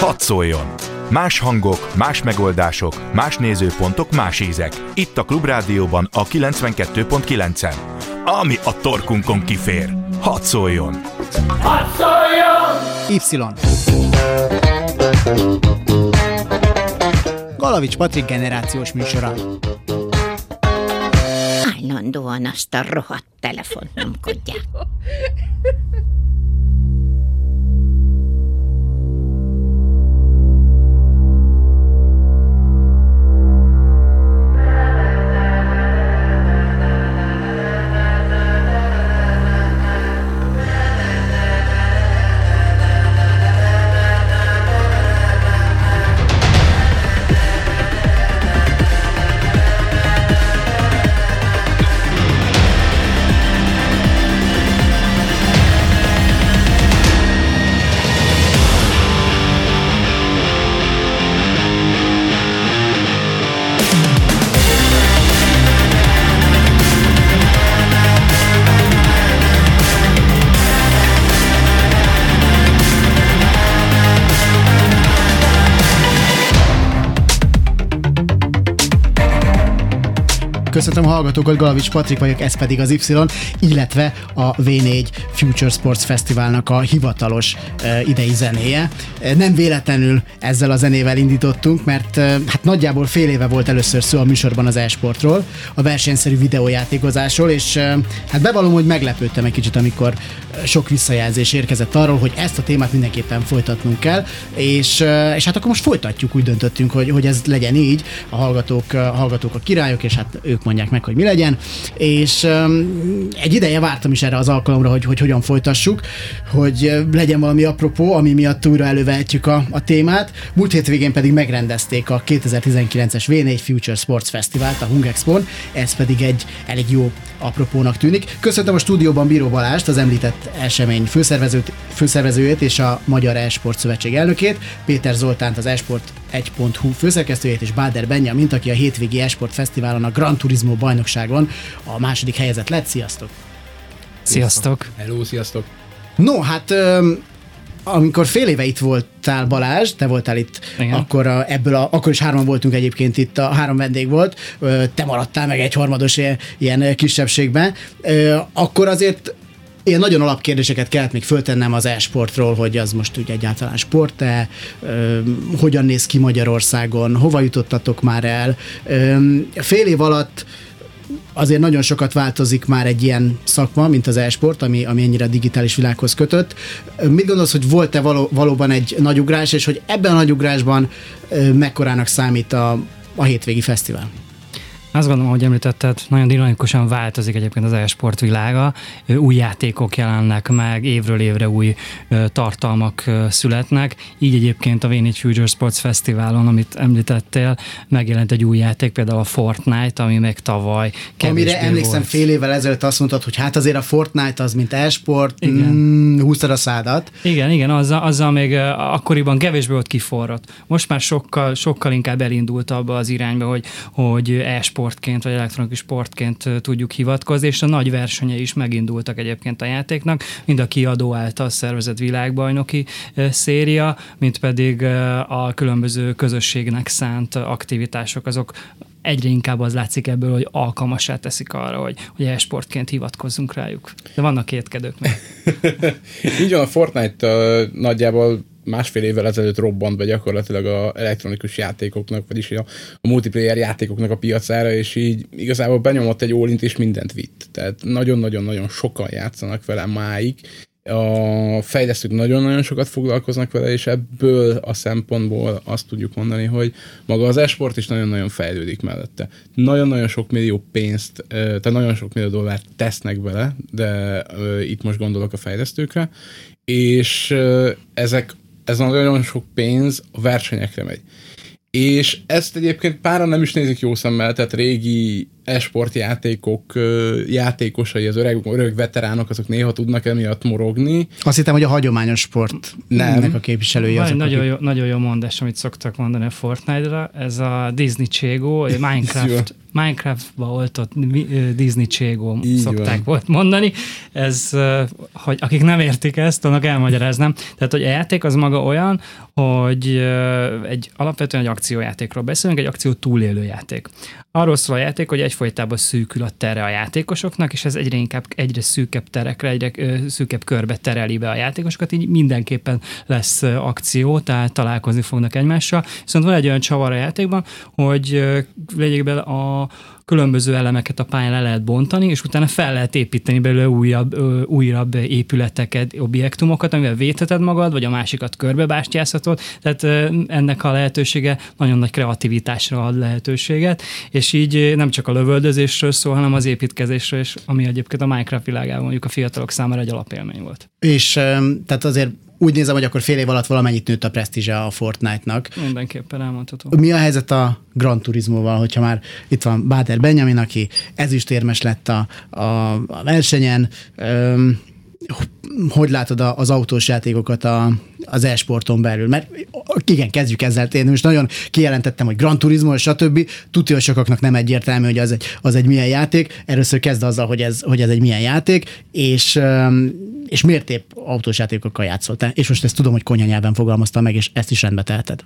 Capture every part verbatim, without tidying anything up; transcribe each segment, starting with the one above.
Hadd szóljon! Más hangok, más megoldások, más nézőpontok, más ízek. Itt a Klubrádióban a kilencvenkettő pont kilencen. Ami a torkunkon kifér. Hadd szóljon! Hadd szóljon! Y. Galavics Patrik generációs műsora. Állandóan azt a rohadt telefont nyomkodják. Köszöntöm a hallgatókat, Galavics Patrik vagyok, ez pedig az Y, illetve a vé négy Future Sports Fesztiválnak a hivatalos uh, idei zenéje. Nem véletlenül ezzel a zenével indítottunk, mert uh, hát nagyjából fél éve volt először szó a műsorban az e-sportról, a versenyszerű videójátékozásról, és uh, hát bevallom, hogy meglepődtem egy kicsit, amikor sok visszajelzés érkezett arról, hogy ezt a témát mindenképpen folytatnunk kell, és, uh, és hát akkor most folytatjuk, úgy döntöttünk, hogy, hogy ez legyen így, a hallgatók, a hallgatók a királyok, és hát ők mondják meg, hogy mi legyen, és um, egy ideje vártam is erre az alkalomra, hogy, hogy hogyan folytassuk, hogy legyen valami apropó, ami miatt újra elővehetjük a, a témát. Múlt hétvégén pedig megrendezték a kétezer-tizenkilences vé négy Future Sports Fesztivált a Hungexpon, ez pedig egy elég jó apropónak tűnik. Köszöntöm a stúdióban Bíró Balást, az említett esemény főszervezőt, főszervezőjét és a Magyar E-sport Szövetség elnökét, Péter Zoltánt, az esport egy pont hu főszerkesztőjét, és Báder Benjamint, aki a hétvégi e-sport fesztiválon, a Gran Turismo bajnokságon a második helyezett lett. Sziasztok! Sziasztok! Hello, sziasztok! No, hát öm, amikor fél éve itt voltál, Balázs, te voltál itt, akkor, a, ebből a, akkor is hárman voltunk egyébként itt, a három vendég volt, te maradtál meg egy harmados ilyen, ilyen kisebbségben, akkor azért ilyen nagyon alapkérdéseket kellett még föltennem az e-sportról, hogy az most ugye egyáltalán sport-e, ö, hogyan néz ki Magyarországon, hova jutottatok már el. Ö, fél év alatt azért nagyon sokat változik már egy ilyen szakma, mint az e-sport, ami, ami ennyire a digitális világhoz kötött. Mit gondolsz, hogy volt-e való, valóban egy nagy ugrás, és hogy ebben a nagy ugrásban ö, mekkorának számít a, a hétvégi fesztivál? Azt gondolom, hogy említetted, nagyon dinamikusan változik egyébként az e-sport világa, új játékok jelennek meg, évről évre új tartalmak születnek, így egyébként a vé négy Future Sports Fesztiválon, amit említettél, megjelent egy új játék, például a Fortnite, ami még tavaly kevésbé Amire emlékszem, volt. fél évvel ezelőtt azt mondtad, hogy hát azért a Fortnite az, mint e-sport, mm, húztad a szádat. Igen, igen, azzal, azzal még akkoriban kevésbé volt kiforrott. Most már sokkal, sokkal inkább elindult abba az irányba, hogy, hogy e-sport sportként, vagy elektronikus sportként tudjuk hivatkozni, és a nagy versenyei is megindultak egyébként a játéknak, mind a kiadó által szervezett világbajnoki széria, mint pedig a különböző közösségnek szánt aktivitások, azok egyre inkább az látszik ebből, hogy alkalmassá teszik arra, hogy, hogy e-sportként hivatkozzunk rájuk. De vannak kétkedők még. Így van, a Fortnite uh, nagyjából másfél évvel ezelőtt robbant be gyakorlatilag az elektronikus játékoknak, vagyis a, a multiplayer játékoknak a piacára, és így igazából benyomott egy all-int, és mindent vitt. Tehát nagyon-nagyon-nagyon sokan játszanak vele máig. A fejlesztők nagyon-nagyon sokat foglalkoznak vele, és ebből a szempontból azt tudjuk mondani, hogy maga az e-sport is nagyon-nagyon fejlődik mellette. Nagyon-nagyon sok millió pénzt, tehát nagyon sok millió dollárt tesznek bele, de itt most gondolok a fejlesztőkre, és ezek, ez nagyon sok pénz a versenyekre megy. És ezt egyébként páran nem is nézik jó szemmel, tehát régi e-sport játékok játékosai, az öreg, öreg veteránok, azok néha tudnak emiatt morogni. Azt hittem, hogy a hagyományos sport ennek a képviselői azok, nagyon, akik... jó, nagyon jó mondás, amit szoktak mondani a Fortnite-ra. Ez a Disney Cségó, Minecraft, Minecraftba oltott Disney Cségó szokták van. volt mondani. Ez, hogy akik nem értik ezt, annak elmagyaráznám. Tehát, hogy a játék az maga olyan, hogy egy alapvetően egy akciójátékról beszélünk, egy akció túlélő játék. Arról szól a játék, hogy egyfolytában szűkül a tere a játékosoknak, és ez egyre inkább egyre szűkebb terekre, egyre szűkebb körbe tereli be a játékosokat, így mindenképpen lesz akció, tehát találkozni fognak egymással. Viszont van egy olyan csavar a játékban, hogy lényegében a különböző elemeket a pályán le lehet bontani, és utána fel lehet építeni belőle újabb, újabb épületeket, objektumokat, amivel védheted magad, vagy a másikat körbebástyázhatod. Tehát ennek a lehetősége nagyon nagy kreativitásra ad lehetőséget, és így nem csak a lövöldözésről szól, hanem az építkezésről, és ami egyébként a Minecraft világában mondjuk a fiatalok számára egy alapélmény volt. És tehát azért úgy nézem, hogy akkor fél év alatt valamennyit nőtt a presztízse a Fortnite-nak. Mindenképpen elmondható. Mi a helyzet a Gran Turismoval, hogyha már itt van Báder Benjamin, aki ezüstérmes lett a, a, a versenyen. Öm, hogy látod az autós játékokat a, az e-sporton belül? Mert igen, kezdjük ezzel. Én most nagyon kijelentettem, hogy Gran Turismo, stb. Tudja, hogy sokaknak nem egyértelmű, hogy az egy, az egy milyen játék. Először kezd azzal, hogy ez, hogy ez egy milyen játék, és, és miért épp autós játékokkal játszol te? És most ezt tudom, hogy konyha nyelven fogalmaztam meg, és ezt is rendbe teheted.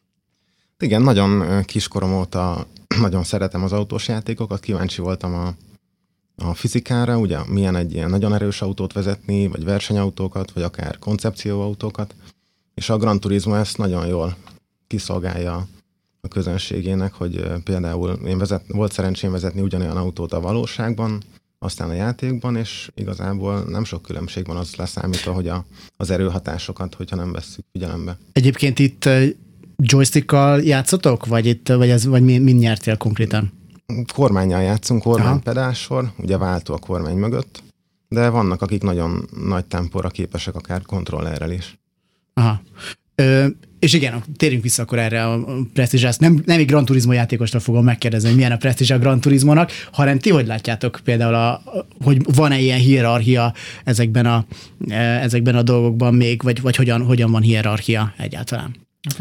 Igen, nagyon kiskorom óta nagyon szeretem az autós játékokat, kíváncsi voltam a a fizikára, ugye milyen egy ilyen nagyon erős autót vezetni, vagy versenyautókat, vagy akár koncepcióautókat, és a Gran Turismo ezt nagyon jól kiszolgálja a közönségének, hogy például én vezet, volt szerencsém vezetni ugyanolyan autót a valóságban, aztán a játékban, és igazából nem sok különbség van az leszámítva, hogy a, az erőhatásokat, hogyha nem vesszük figyelembe. Egyébként itt joystickkal játszotok, vagy, itt, vagy, ez, vagy mind nyertél konkrétan? Kormánnyal játszunk, kormánypedássor, ugye váltó a kormány mögött, de vannak, akik nagyon nagy tempóra képesek, akár kontrollerrel is. Aha. Ö, és igen, térjünk vissza akkor erre a presztízsre. Nem, nem egy Gran Turismo játékosra fogom megkérdezni, hogy milyen a presztízs a Gran Turismonak, hanem ti hogy látjátok például, a, hogy van-e ilyen hierarchia ezekben a, ezekben a dolgokban még, vagy, vagy hogyan, hogyan van hierarchia egyáltalán?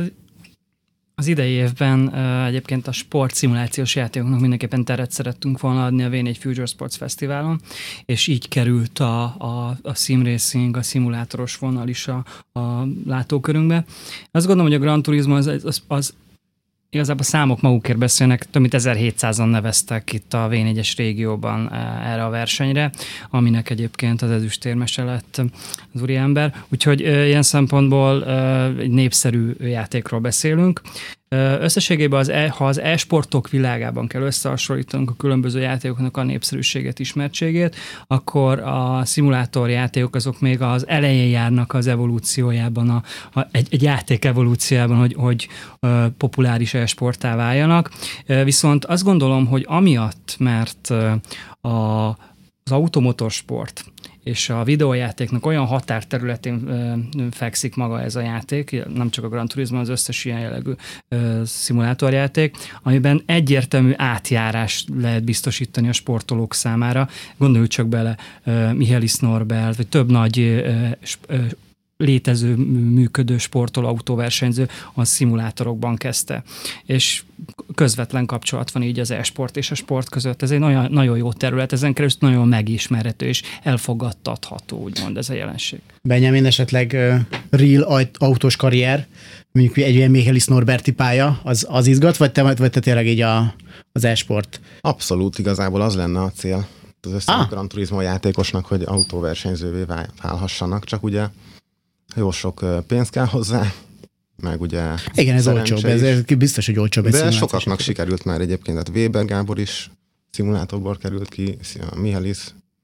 Az idei évben uh, egyébként a sportszimulációs játékoknak mindenképpen teret szerettünk volna adni a vé négy Future Sports Fesztiválon, és így került a, a, a sim racing, a szimulátoros vonal is a, a látókörünkbe. Azt gondolom, hogy a Gran Turismo az, az, az igazából a számok magukért beszélnek, több mint ezerhétszázan neveztek itt a vé négyes régióban erre a versenyre, aminek egyébként az ezüstérmese lett az úriember. Úgyhogy ilyen szempontból egy népszerű játékról beszélünk. Összességében, az e, ha az e-sportok világában kell összehasonlítanunk a különböző játékoknak a népszerűséget, ismertségét, akkor a szimulátorjátékok azok még az elején járnak az evolúciójában, a, a, egy, egy játék evolúciójában, hogy, hogy uh, populáris e-sporttá váljanak. Uh, viszont azt gondolom, hogy amiatt, mert uh, a, az automotorsport és a videójátéknak olyan határterületén ö, fekszik maga ez a játék, nem csak a Gran Turismo, az összes ilyen jellegű ö, szimulátorjáték, amiben egyértelmű átjárás lehet biztosítani a sportolók számára. Gondoljuk csak bele ö, Michaelis Norbert, vagy több nagy ö, ö, létező, működő sportoló, autóversenyző a szimulátorokban kezdte. És közvetlen kapcsolat van így az e-sport és a sport között. Ez egy nagyon, nagyon jó terület, ezen keresztül nagyon megismerhető és elfogadtatható, úgymond ez a jelenség. Benjamin, esetleg uh, real autós karrier, mondjuk egy ilyen Michaelis Norberti pálya, az, az izgat, vagy te, vagy te tényleg így a, az e-sport? Abszolút, igazából az lenne a cél az összes ah. Gran Turismo játékosnak, hogy autóversenyzővé válhassanak, csak ugye jó sok pénz kell hozzá, meg ugye igen, ez olcsóbb, ez biztos, hogy olcsóbb. De sokaknak sikerült már egyébként, tehát Weber Gábor is szimulátorból került ki, Michaelis,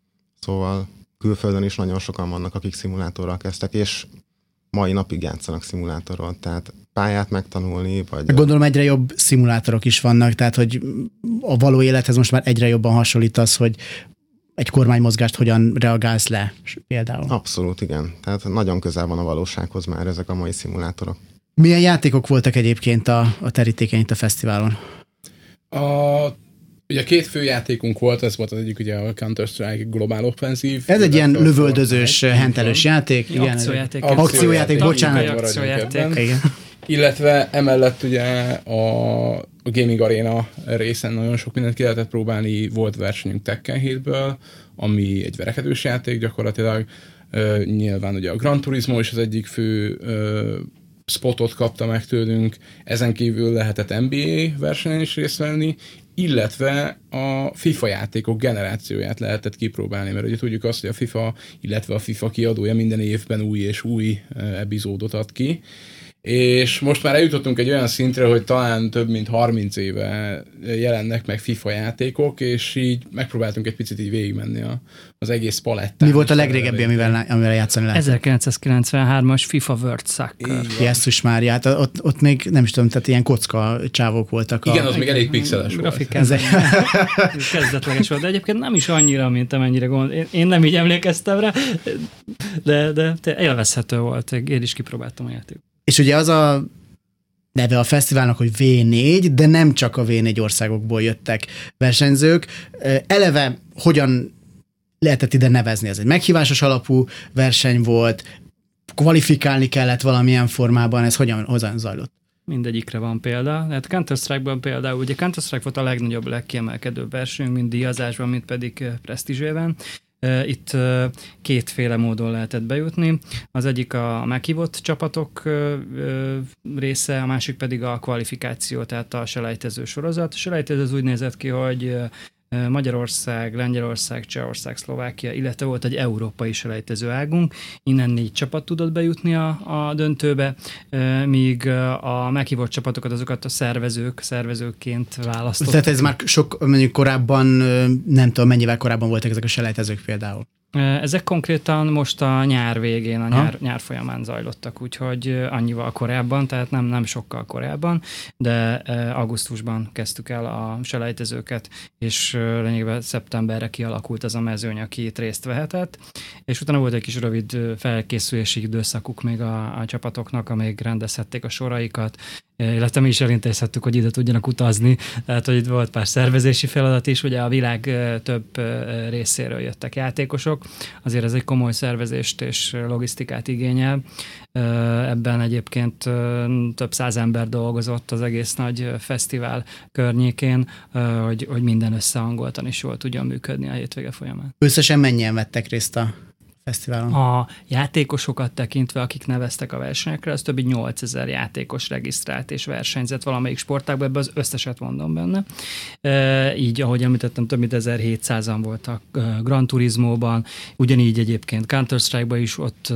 szóval külföldön is nagyon sokan vannak, akik szimulátorral kezdtek, és mai napig játszanak szimulátorral, tehát pályát megtanulni, vagy... Gondolom egyre jobb szimulátorok is vannak, tehát hogy a való élethez most már egyre jobban hasonlít az, hogy egy kormánymozgást hogyan reagálsz le például. Abszolút, igen. Tehát nagyon közel van a valósághoz már ezek a mai szimulátorok. Milyen játékok voltak egyébként a, a terítéken itt a fesztiválon? A Ugye két főjátékunk volt, ez volt az egyik ugye a Counter-Strike Global Offensive. Ez egy ilyen lövöldözős, hentelős játék. Igen, akciójáték. Akciójáték, bocsánat. Akciójáték. Igen. Illetve emellett ugye a, a Gaming Arena részen nagyon sok mindent ki lehetett próbálni, volt versenyünk Tekken hétből, ami egy verekedős játék gyakorlatilag. Uh, nyilván ugye a Gran Turismo is az egyik fő uh, spotot kapta meg tőlünk, ezen kívül lehetett en bé á versenyen is részt venni, illetve a FIFA játékok generációját lehetett kipróbálni, mert ugye tudjuk azt, hogy a FIFA, illetve a FIFA kiadója minden évben új és új uh, epizódot ad ki, és most már eljutottunk egy olyan szintre, hogy talán több mint harminc éve jelennek meg FIFA játékok, és így megpróbáltunk egy picit így végigmenni a, az egész palettán. Mi volt a legrégebbi, amivel, amivel játszani lehet? ezerkilencszázkilencvenhármas FIFA World Soccer. Jesszus Mária, hát ott, ott még nem is tudom, tehát ilyen kocka csávok voltak. Igen, a... az még elég pixeles grafikán volt. Kezdetleges volt, de egyébként nem is annyira, mint amennyire gondol. Én, én nem így emlékeztem rá, de, de, de élvezhető volt. Én is kipróbáltam a játékot. És ugye az a neve a fesztiválnak, hogy vé négy, de nem csak a vé négy országokból jöttek versenyzők. Eleve hogyan lehetett ide nevezni? Ez egy meghívásos alapú verseny volt, kvalifikálni kellett valamilyen formában, ez hogyan, hogyan zajlott? Mindegyikre van példa. Hát Counter-Strike-ban például, ugye Counter-Strike volt a legnagyobb, legkiemelkedőbb verseny, mind díjazásban, mind pedig presztízsében. Itt kétféle módon lehetett bejutni. Az egyik a meghívott csapatok része, a másik pedig a kvalifikáció, tehát a selejtező sorozat. A selejtező az úgy nézett ki, hogy Magyarország, Lengyelország, Csehország, Szlovákia, illetve volt egy európai selejtező águnk, innen négy csapat tudott bejutni a, a döntőbe, míg a meghívott csapatokat azokat a szervezők, szervezőként választottak. Tehát ez már sok, mondjuk korábban, nem tudom, mennyivel korábban voltak ezek a selejtezők például? Ezek konkrétan most a nyár végén, a nyár, nyár folyamán zajlottak, úgyhogy annyival korábban, tehát nem, nem sokkal korábban, de augusztusban kezdtük el a selejtezőket, és lényegében szeptemberre kialakult az a mezőny, aki itt részt vehetett, és utána volt egy kis rövid felkészülési időszakuk még a, a csapatoknak, amíg rendezhették a soraikat, illetve mi is elintézhettük, hogy ide tudjanak utazni, tehát hogy itt volt pár szervezési feladat is, ugye a világ több részéről jöttek játékosok, azért ez egy komoly szervezést és logisztikát igényel. Ebben egyébként több száz ember dolgozott az egész nagy fesztivál környékén, hogy, hogy minden összehangoltan is jól tudjon működni a hétvége folyamán. Összesen mennyien vettek részt a fesztiválon? A játékosokat tekintve, akik neveztek a versenyekre, az több mint nyolcezer játékos regisztrált és versenyzett valamelyik sportágban, ebben az összeset mondom benne. E, így, ahogy említettem, több mint ezerhétszázan voltak Gran Turismóban, ugyanígy egyébként Counter-Strike-ban is, ott,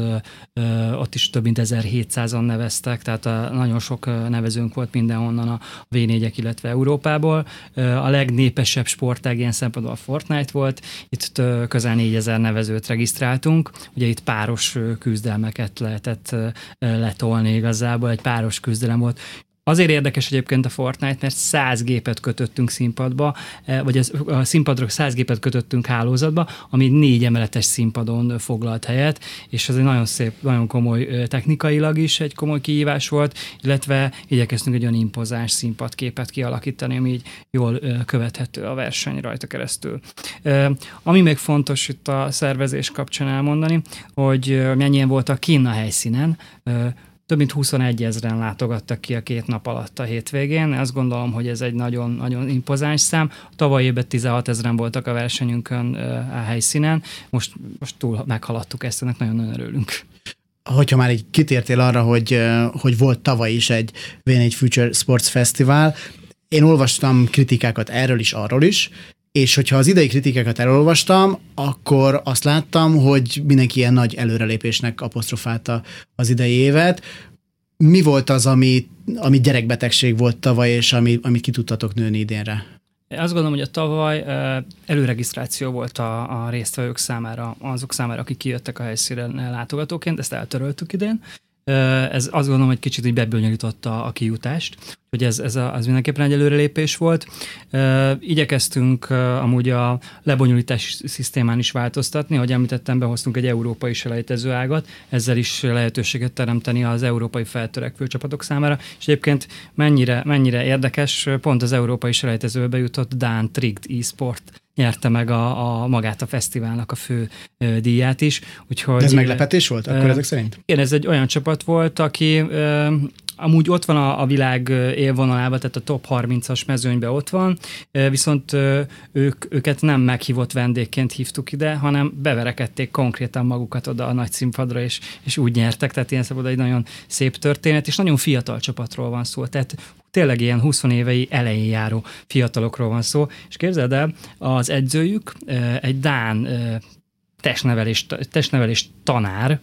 ott is több mint ezerhétszázan neveztek, tehát a, nagyon sok nevezőnk volt mindenhonnan a vé négyek, illetve Európából. A legnépesebb sportág ilyen szempontból a Fortnite volt, itt közel négyezer nevezőt regisztráltunk. Ugye itt páros küzdelmeket lehetett letolni igazából, egy páros küzdelem volt. Azért érdekes egyébként a Fortnite, mert száz gépet kötöttünk színpadba, vagy a színpadról száz gépet kötöttünk hálózatba, ami négy emeletes színpadon foglalt helyet, és ez egy nagyon szép, nagyon komoly technikailag is egy komoly kihívás volt, illetve igyekeztünk egy olyan impozáns színpadképet kialakítani, ami így jól követhető a verseny rajta keresztül. Ami még fontos itt a szervezés kapcsán elmondani, hogy mennyien voltak kinn a helyszínen. Több mint huszonegy ezren látogattak ki a két nap alatt a hétvégén. Azt gondolom, hogy ez egy nagyon, nagyon impozáns szám. Tavaly évben tizenhat ezren voltak a versenyünkön a helyszínen. Most, most túl meghaladtuk ezt, ennek nagyon-nagyon örülünk. Hogyha már így kitértél arra, hogy, hogy volt tavaly is egy vé négy Future Sports Festival, én olvastam kritikákat erről is, arról is, és hogyha az idei kritikákat elolvastam, akkor azt láttam, hogy mindenki ilyen nagy előrelépésnek apostrofálta az idei évet. Mi volt az, ami, ami gyerekbetegség volt tavaly, és ami, amit ki tudtatok nőni idénre? Azt gondolom, hogy a tavaly előregisztráció volt a, a résztvevők számára, azok számára, akik kijöttek a helyszínre látogatóként, ezt eltöröltük idén. Ez azt gondolom, hogy kicsit így bebonyolította a kijutást. hogy ez, ez a, az mindenképpen egy előrelépés volt. E, igyekeztünk e, amúgy a lebonyolítás szisztémán is változtatni, ahogy említettem, behoztunk egy európai selejtező ágat, ezzel is lehetőséget teremteni az európai feltörekvő csapatok számára, és egyébként mennyire, mennyire érdekes, pont az európai selejtezőbe jutott Dán Trigged eSport nyerte meg a, a magát a fesztiválnak a fő ö, díját is. Úgyhogy, de ez meglepetés volt akkor ö, ezek szerint? Igen, ez egy olyan csapat volt, aki ö, amúgy ott van a, a világ élvonalában, tehát a top harmincas mezőnyben ott van, viszont ők, őket nem meghívott vendégként hívtuk ide, hanem beverekedték konkrétan magukat oda a nagy színpadra, és, és úgy nyertek, tehát ilyen szabad egy nagyon szép történet, és nagyon fiatal csapatról van szó, tehát tényleg ilyen húsz évei elején járó fiatalokról van szó, és képzeld el, az edzőjük egy dán testnevelés, testnevelés tanár,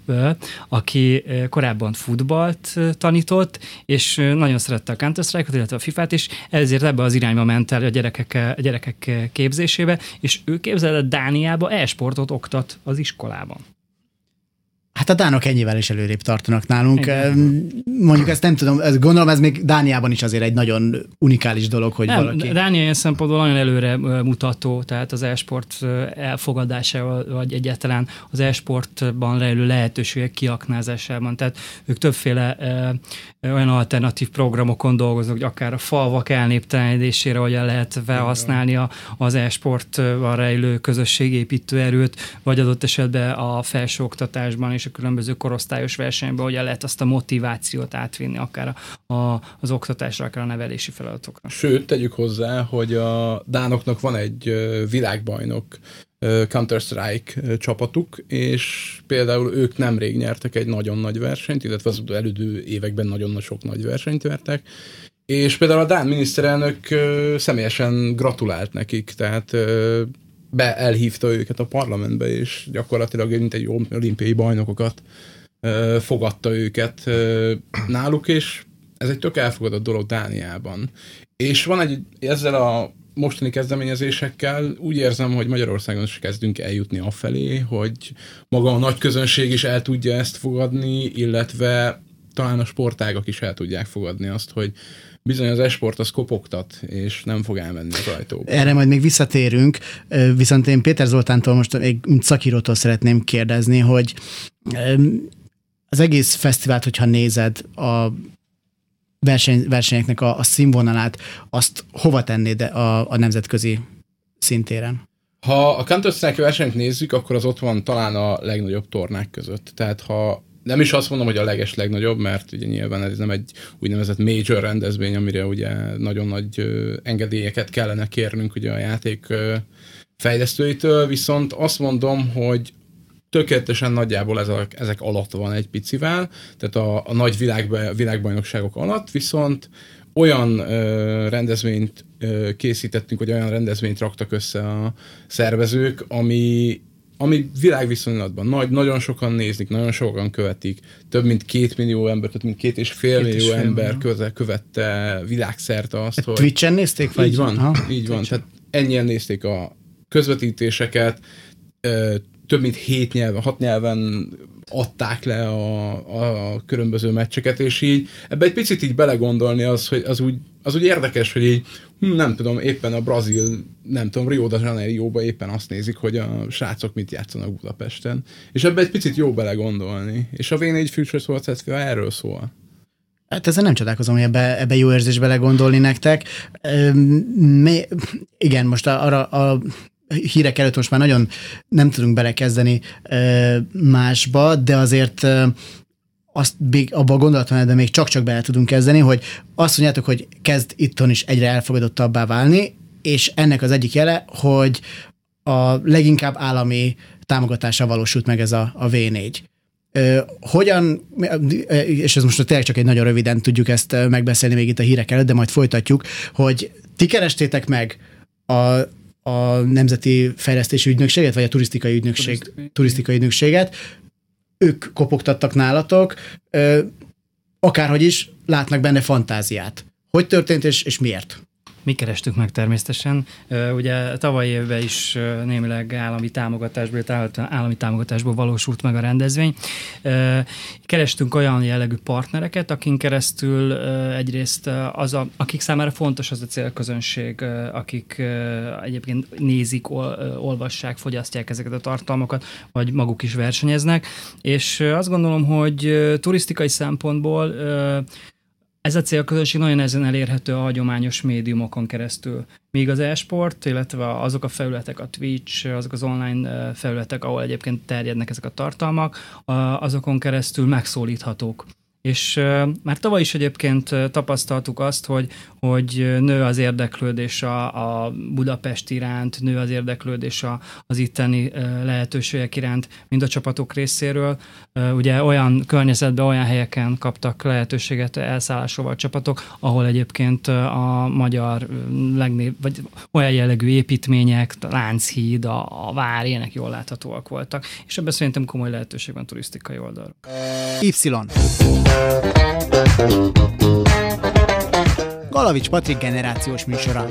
aki korábban futballt tanított, és nagyon szerette a Counter-Strike-ot, illetve a fifát, és ezért ebbe az irányba ment el a gyerekek, a gyerekek képzésébe, és ő képzeld, Dániába e-sportot oktat az iskolában. Hát a dánok ennyivel is előrébb tartanak nálunk. Igen. Mondjuk ezt nem tudom, gondolom ez még Dániában is azért egy nagyon unikális dolog, hogy nem, valaki... Dánia ilyen szempontból nagyon előre mutató, tehát az e-sport elfogadásával, vagy egyáltalán az e-sportban rejlő lehetőségek kiaknázásában. Tehát ők többféle e, olyan alternatív programokon dolgoznak, hogy akár a falvak elnéptelenedésére hogyan lehet felhasználni a, az e-sportban rejlő közösségépítő erőt, vagy adott esetben a felsőoktatásban és a különböző korosztályos versenyben, hogyan lehet azt a motivációt átvinni akár a, a, az oktatásra, akár a nevelési feladatokra. Sőt, tegyük hozzá, hogy a dánoknak van egy világbajnok Counter-Strike csapatuk, és például ők nemrég nyertek egy nagyon nagy versenyt, illetve az elődő években nagyon sok nagy versenyt vertek, és például a dán miniszterelnök személyesen gratulált nekik, tehát be elhívta őket a parlamentbe, és gyakorlatilag mint egy olimpiai bajnokokat ö, fogadta őket ö, náluk, és ez egy tök elfogadott dolog Dániában. És van egy, ezzel a mostani kezdeményezésekkel úgy érzem, hogy Magyarországon is kezdünk eljutni afelé, hogy maga a nagy közönség is el tudja ezt fogadni, illetve talán a sportágak is el tudják fogadni azt, hogy bizony az e-sport az kopogtat, és nem fog elmenni az ajtóba. Erre majd még visszatérünk, viszont én Péter Zoltántól most egy szakírótól szeretném kérdezni, hogy az egész fesztivált, hogyha nézed, a verseny, versenyeknek a, a színvonalát, azt hova tennéd a, a nemzetközi szintéren? Ha a Counter-Strike versenyt nézzük, akkor az ott van talán a legnagyobb tornák között. Tehát ha nem is azt mondom, hogy a leges legnagyobb, mert ugye nyilván ez nem egy úgynevezett major rendezvény, amire ugye nagyon nagy ö, engedélyeket kellene kérnünk ugye a játék ö, fejlesztőitől, viszont azt mondom, hogy tökéletesen nagyjából ez a, ezek alatt van egy picivel, tehát a, a nagy világbe, világbajnokságok alatt, viszont olyan ö, rendezvényt ö, készítettünk, vagy olyan rendezvényt raktak össze a szervezők, ami ami világviszonylatban nagy, nagyon sokan nézik, nagyon sokan követik, több mint két millió ember, több mint két és fél két millió és ember köze, követte világszerte azt, hogy... Twitch-en nézték? Vagy? Így van, ha? így van. Tehát ennyien nézték a közvetítéseket, több mint hét nyelven, hat nyelven adták le a, a különböző meccseket, és így ebbe egy picit így belegondolni az, hogy az úgy, az úgy érdekes, hogy így hm, nem tudom, éppen a brazil, nem tudom, Rio de Janeiroba éppen azt nézik, hogy a srácok mit játszanak Budapesten. És ebbe egy picit jó belegondolni. És a vé négy Future Sports Festival erről szól. Hát ezzel nem csodálkozom, hogy ebbe, ebbe jó érzés belegondolni nektek. Mi, igen, most arra a hírek előtt most már nagyon nem tudunk belekezdeni másba, de azért azt még abban a gondolatmenetben még csak-csak bele tudunk kezdeni, hogy azt mondjátok, hogy kezd itthon is egyre elfogadottabbá válni, és ennek az egyik jele, hogy a leginkább állami támogatással valósult meg ez a, a vé négy. Hogyan, és ez most tényleg csak egy nagyon röviden tudjuk ezt megbeszélni még itt a hírek előtt, de majd folytatjuk, hogy ti kerestétek meg a a Nemzeti Fejlesztési Ügynökséget, vagy a Turisztikai Ügynökség, Turisztikai, turisztikai Ügynökséget, ők kopogtattak nálatok, ö, akárhogy is látnak benne fantáziát. Hogy történt és, és miért? Mi kerestük meg természetesen. Ugye tavaly évben is némileg állami támogatásból, állami támogatásból valósult meg a rendezvény. Kerestünk olyan jellegű partnereket, akin keresztül egyrészt az a, akik számára fontos az a célközönség, akik egyébként nézik, olvassák, fogyasztják ezeket a tartalmakat, vagy maguk is versenyeznek. És azt gondolom, hogy turisztikai szempontból ez a célközönség nagyon ezen elérhető a hagyományos médiumokon keresztül. Míg az e-sport, illetve azok a felületek, a Twitch, azok az online felületek, ahol egyébként terjednek ezek a tartalmak, azokon keresztül megszólíthatók. És uh, már tavaly is egyébként uh, tapasztaltuk azt, hogy, hogy nő az érdeklődés a, a Budapest iránt, nő az érdeklődés a, az itteni uh, lehetőségek iránt, mind a csapatok részéről. Uh, ugye olyan környezetben, olyan helyeken kaptak lehetőséget elszállásolva a csapatok, ahol egyébként uh, a magyar uh, legnév, vagy olyan jellegű építmények, a Lánchíd, a, a vár, ilyenek jól láthatóak voltak. És ebben szerintem komoly lehetőség van turisztikai oldalról. Y. Galavics Patrik generációs műsora.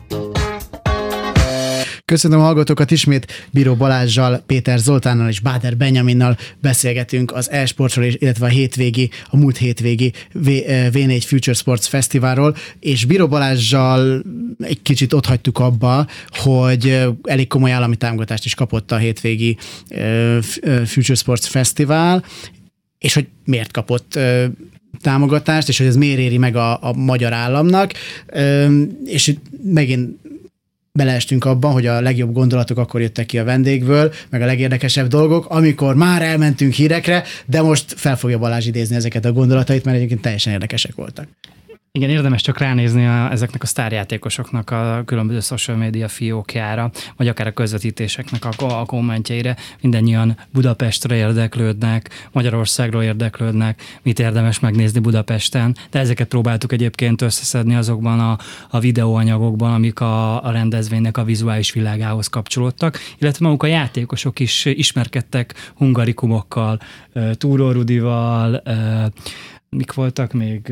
Köszönöm a hallgatókat, ismét Bíró Balázssal, Péter Zoltánnal és Báder Benyaminnal beszélgetünk az e-sportról, illetve a hétvégi, a múlt hétvégi vé négy Future Sports Fesztiválról, és Bíró Balázssal egy kicsit ott hagytuk abba, hogy elég komoly állami támogatást is kapott a hétvégi Future Sports Fesztivál, és hogy miért kapott ö, támogatást, és hogy ez miért éri meg a, a magyar államnak, ö, és megint beleestünk abban, hogy a legjobb gondolatok akkor jöttek ki a vendégből, meg a legérdekesebb dolgok, amikor már elmentünk hírekre, de most fel fogja Balázs idézni ezeket a gondolatait, mert egyébként teljesen érdekesek voltak. Igen, érdemes csak ránézni a, ezeknek a sztárjátékosoknak a különböző social media fiókjára, vagy akár a közvetítéseknek a, a kommentjeire. Mindennyian Budapestre érdeklődnek, Magyarországról érdeklődnek, mit érdemes megnézni Budapesten, de ezeket próbáltuk egyébként összeszedni azokban a, a videóanyagokban, amik a, a rendezvénynek a vizuális világához kapcsolódtak, illetve maguk a játékosok is ismerkedtek hungarikumokkal, Túró Rudival, mik voltak még...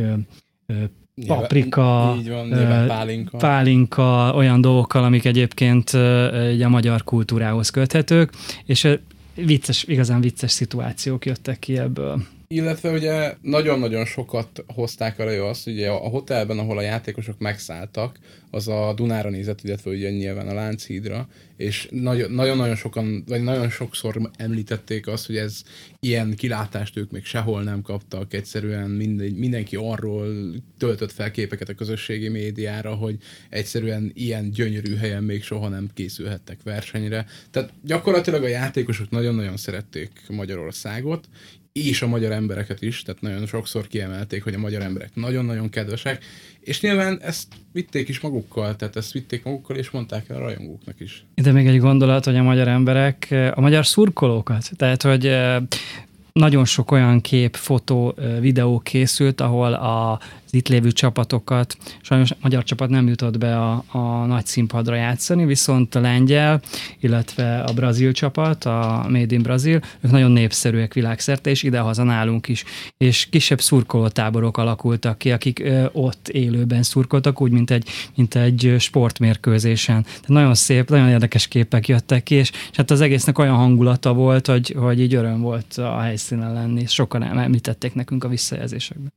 paprika, így van, nyilván pálinka. pálinka, olyan dolgokkal, amik egyébként a magyar kultúrához köthetők, és vicces, igazán vicces szituációk jöttek ki ebből. Illetve ugye nagyon-nagyon sokat hozták elő azt, hogy a hotelben, ahol a játékosok megszálltak, az a Dunára nézett, illetve ugye nyilván a Lánchídra, és nagyon-nagyon sokan, vagy nagyon sokszor említették azt, hogy ez ilyen kilátást ők még sehol nem kaptak, egyszerűen minden, mindenki arról töltött fel képeket a közösségi médiára, hogy egyszerűen ilyen gyönyörű helyen még soha nem készülhettek versenyre. Tehát gyakorlatilag a játékosok nagyon-nagyon szerették Magyarországot, és a magyar embereket is, tehát nagyon sokszor kiemelték, hogy a magyar emberek nagyon-nagyon kedvesek, és nyilván ezt vitték is magukkal, tehát ezt vitték magukkal, és mondták el a rajongóknak is. De még egy gondolat, hogy a magyar emberek, a magyar szurkolókat, tehát hogy nagyon sok olyan kép, fotó, videó készült, ahol a az itt lévő csapatokat, sajnos a magyar csapat nem jutott be a, a nagy színpadra játszani, viszont a lengyel, illetve a brazil csapat, a Made in Brazil, ők nagyon népszerűek világszerte, és idehaza nálunk is. És kisebb szurkolótáborok alakultak ki, akik ö, ott élőben szurkoltak, úgy, mint egy, mint egy sportmérkőzésen. Tehát nagyon szép, nagyon érdekes képek jöttek ki, és, és hát az egésznek olyan hangulata volt, hogy, hogy így öröm volt a helyszínen lenni, és sokan említették nekünk a visszajelzésekben.